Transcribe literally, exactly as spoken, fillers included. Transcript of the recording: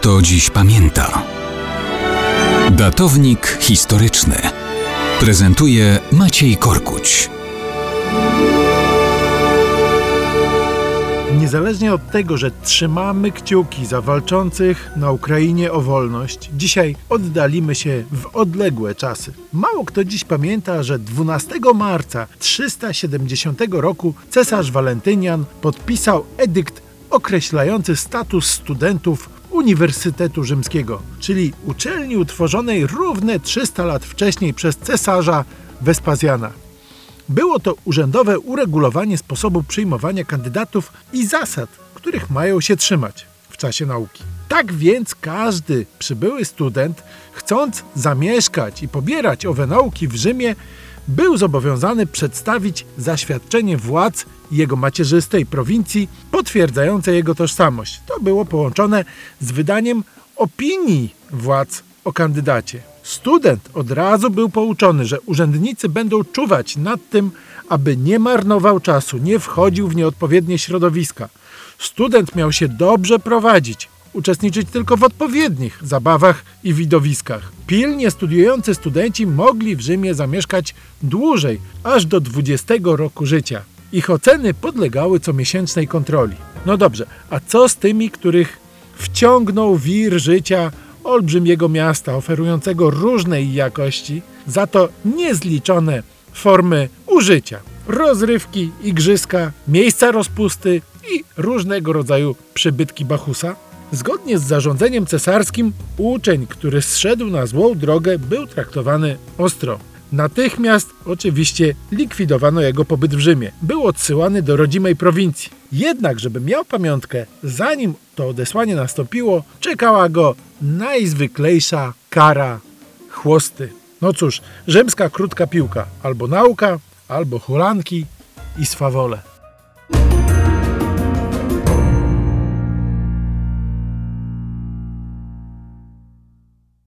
kto dziś pamięta. Datownik historyczny prezentuje Maciej Korkuć. Niezależnie od tego, że trzymamy kciuki za walczących na Ukrainie o wolność, dzisiaj oddalimy się w odległe czasy. Mało kto dziś pamięta, że dwunastego marca trzysta siedemdziesiątego roku cesarz Walentynian podpisał edykt określający status studentów Uniwersytetu Rzymskiego, czyli uczelni utworzonej równe trzysta lat wcześniej przez cesarza Wespazjana. Było to urzędowe uregulowanie sposobu przyjmowania kandydatów i zasad, których mają się trzymać w czasie nauki. Tak więc każdy przybyły student, chcąc zamieszkać i pobierać owe nauki w Rzymie, był zobowiązany przedstawić zaświadczenie władz jego macierzystej prowincji potwierdzające jego tożsamość. To było połączone z wydaniem opinii władz o kandydacie. Student od razu był pouczony, że urzędnicy będą czuwać nad tym, aby nie marnował czasu, nie wchodził w nieodpowiednie środowiska. Student miał się dobrze prowadzić, uczestniczyć tylko w odpowiednich zabawach i widowiskach. Pilnie studiujący studenci mogli w Rzymie zamieszkać dłużej, aż do dwudziestego roku życia. Ich oceny podlegały comiesięcznej kontroli. No dobrze, a co z tymi, których wciągnął wir życia olbrzymiego miasta, oferującego różnej jakości, za to niezliczone formy użycia, rozrywki, igrzyska, miejsca rozpusty i różnego rodzaju przybytki Bachusa? Zgodnie z zarządzeniem cesarskim uczeń, który zszedł na złą drogę, był traktowany ostro. Natychmiast oczywiście likwidowano jego pobyt w Rzymie. Był odsyłany do rodzimej prowincji. Jednak, żeby miał pamiątkę, zanim to odesłanie nastąpiło, czekała go najzwyklejsza kara chłosty. No cóż, rzymska krótka piłka. Albo nauka, albo hulanki i swawole.